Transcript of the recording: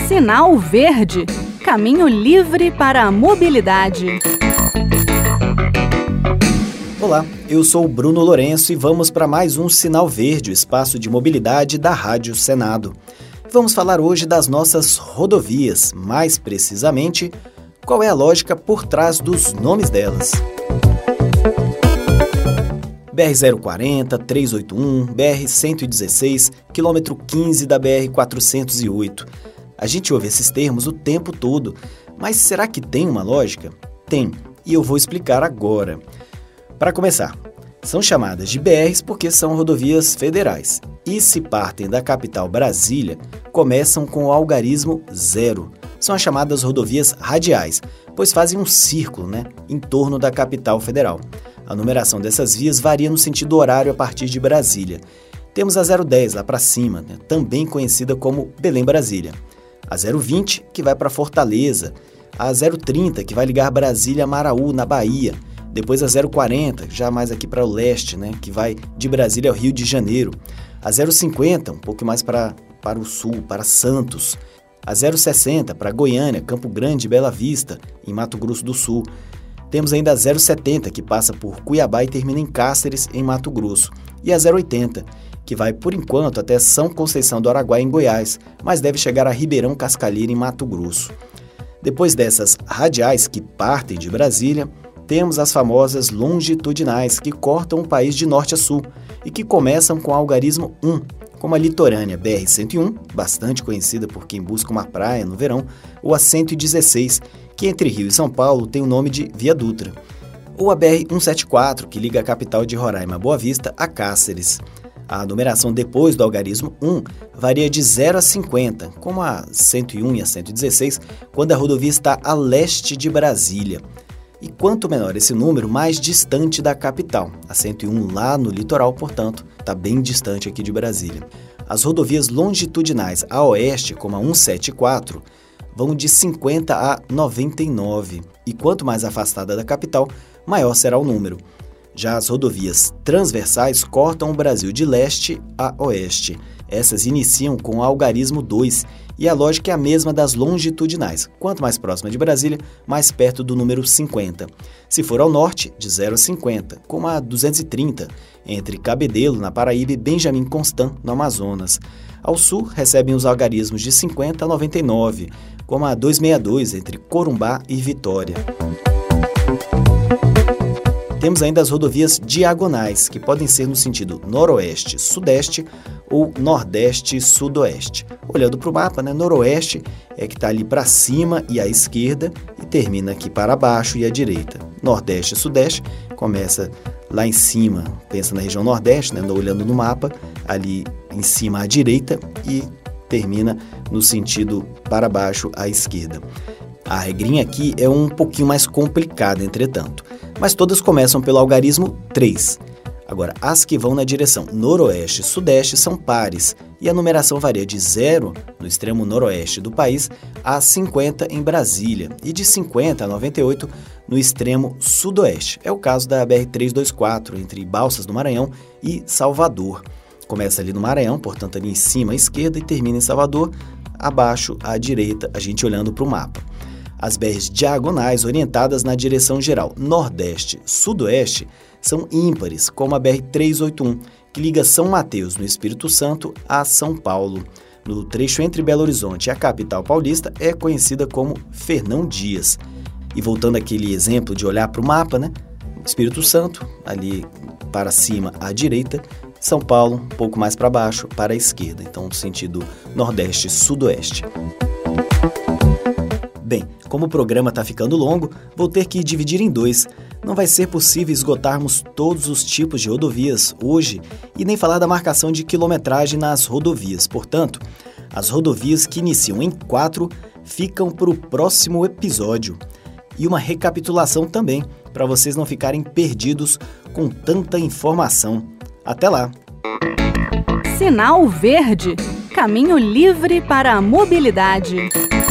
Sinal Verde, caminho livre para a mobilidade. Olá, eu sou o Bruno Lourenço e vamos para mais um Sinal Verde, o espaço de mobilidade da Rádio Senado. Vamos falar hoje das nossas rodovias, mais precisamente, qual é a lógica por trás dos nomes delas. BR-040, 381, BR-116, quilômetro 15 da BR-408. A gente ouve esses termos o tempo todo, mas será que tem uma lógica? Tem, e eu vou explicar agora. Para começar, são chamadas de BRs porque são rodovias federais e, se partem da capital Brasília, começam com o algarismo 0. São as chamadas rodovias radiais, pois fazem um círculo, em torno da capital federal. A numeração dessas vias varia no sentido horário a partir de Brasília. Temos a 010 lá para cima, também conhecida como Belém-Brasília. A 020, que vai para Fortaleza. A 030, que vai ligar Brasília a Maraú, na Bahia. Depois a 040, já mais aqui para o leste, que vai de Brasília ao Rio de Janeiro. A 050, um pouco mais para o sul, para Santos. A 060, para Goiânia, Campo Grande e Bela Vista, em Mato Grosso do Sul. Temos ainda a 070, que passa por Cuiabá e termina em Cáceres, em Mato Grosso. E a 080, que vai, por enquanto, até São Conceição do Araguaia, em Goiás, mas deve chegar a Ribeirão Cascalheira, em Mato Grosso. Depois dessas radiais que partem de Brasília, temos as famosas longitudinais, que cortam o país de norte a sul e que começam com o algarismo 1, como a litorânea BR-101, bastante conhecida por quem busca uma praia no verão, ou a 116, que entre Rio e São Paulo tem o nome de Via Dutra, ou a BR-174, que liga a capital de Roraima, Boa Vista, a Cáceres. A numeração depois do algarismo 1 varia de 0 a 50, como a 101 e a 116, quando a rodovia está a leste de Brasília. E quanto menor esse número, mais distante da capital. A 101 lá no litoral, portanto, está bem distante aqui de Brasília. As rodovias longitudinais a oeste, como a 174, vão de 50 a 99. E quanto mais afastada da capital, maior será o número. Já as rodovias transversais cortam o Brasil de leste a oeste. Essas iniciam com o algarismo 2 e a lógica é a mesma das longitudinais. Quanto mais próxima de Brasília, mais perto do número 50. Se for ao norte, de 0 a 50, como a 230, entre Cabedelo, na Paraíba, e Benjamin Constant, no Amazonas. Ao sul, recebem os algarismos de 50 a 99, como a 262, entre Corumbá e Vitória. Temos ainda as rodovias diagonais, que podem ser no sentido noroeste-sudeste ou nordeste-sudoeste. Olhando para o mapa, noroeste é que está ali para cima e à esquerda e termina aqui para baixo e à direita. Nordeste-sudeste começa lá em cima, pensa na região nordeste, olhando no mapa, ali em cima à direita e termina no sentido para baixo à esquerda. A regrinha aqui é um pouquinho mais complicada, entretanto, mas todas começam pelo algarismo 3. Agora, as que vão na direção noroeste-sudeste são pares e a numeração varia de 0 no extremo noroeste do país a 50 em Brasília e de 50 a 98 no extremo sudoeste. É o caso da BR-324, entre Balsas do Maranhão e Salvador. Começa ali no Maranhão, portanto ali em cima à esquerda, e termina em Salvador, abaixo à direita, a gente olhando para o mapa. As BRs diagonais, orientadas na direção geral nordeste-sudoeste, são ímpares, como a BR-381, que liga São Mateus, no Espírito Santo, a São Paulo. No trecho entre Belo Horizonte e a capital paulista, é conhecida como Fernão Dias. E voltando àquele exemplo de olhar para o mapa, Espírito Santo, ali para cima à direita, São Paulo, um pouco mais para baixo, para a esquerda. Então, no sentido nordeste-sudoeste. Bem, como o programa está ficando longo, vou ter que dividir em 2. Não vai ser possível esgotarmos todos os tipos de rodovias hoje e nem falar da marcação de quilometragem nas rodovias. Portanto, as rodovias que iniciam em 4 ficam para o próximo episódio. E uma recapitulação também, para vocês não ficarem perdidos com tanta informação. Até lá! Sinal Verde, caminho livre para a mobilidade.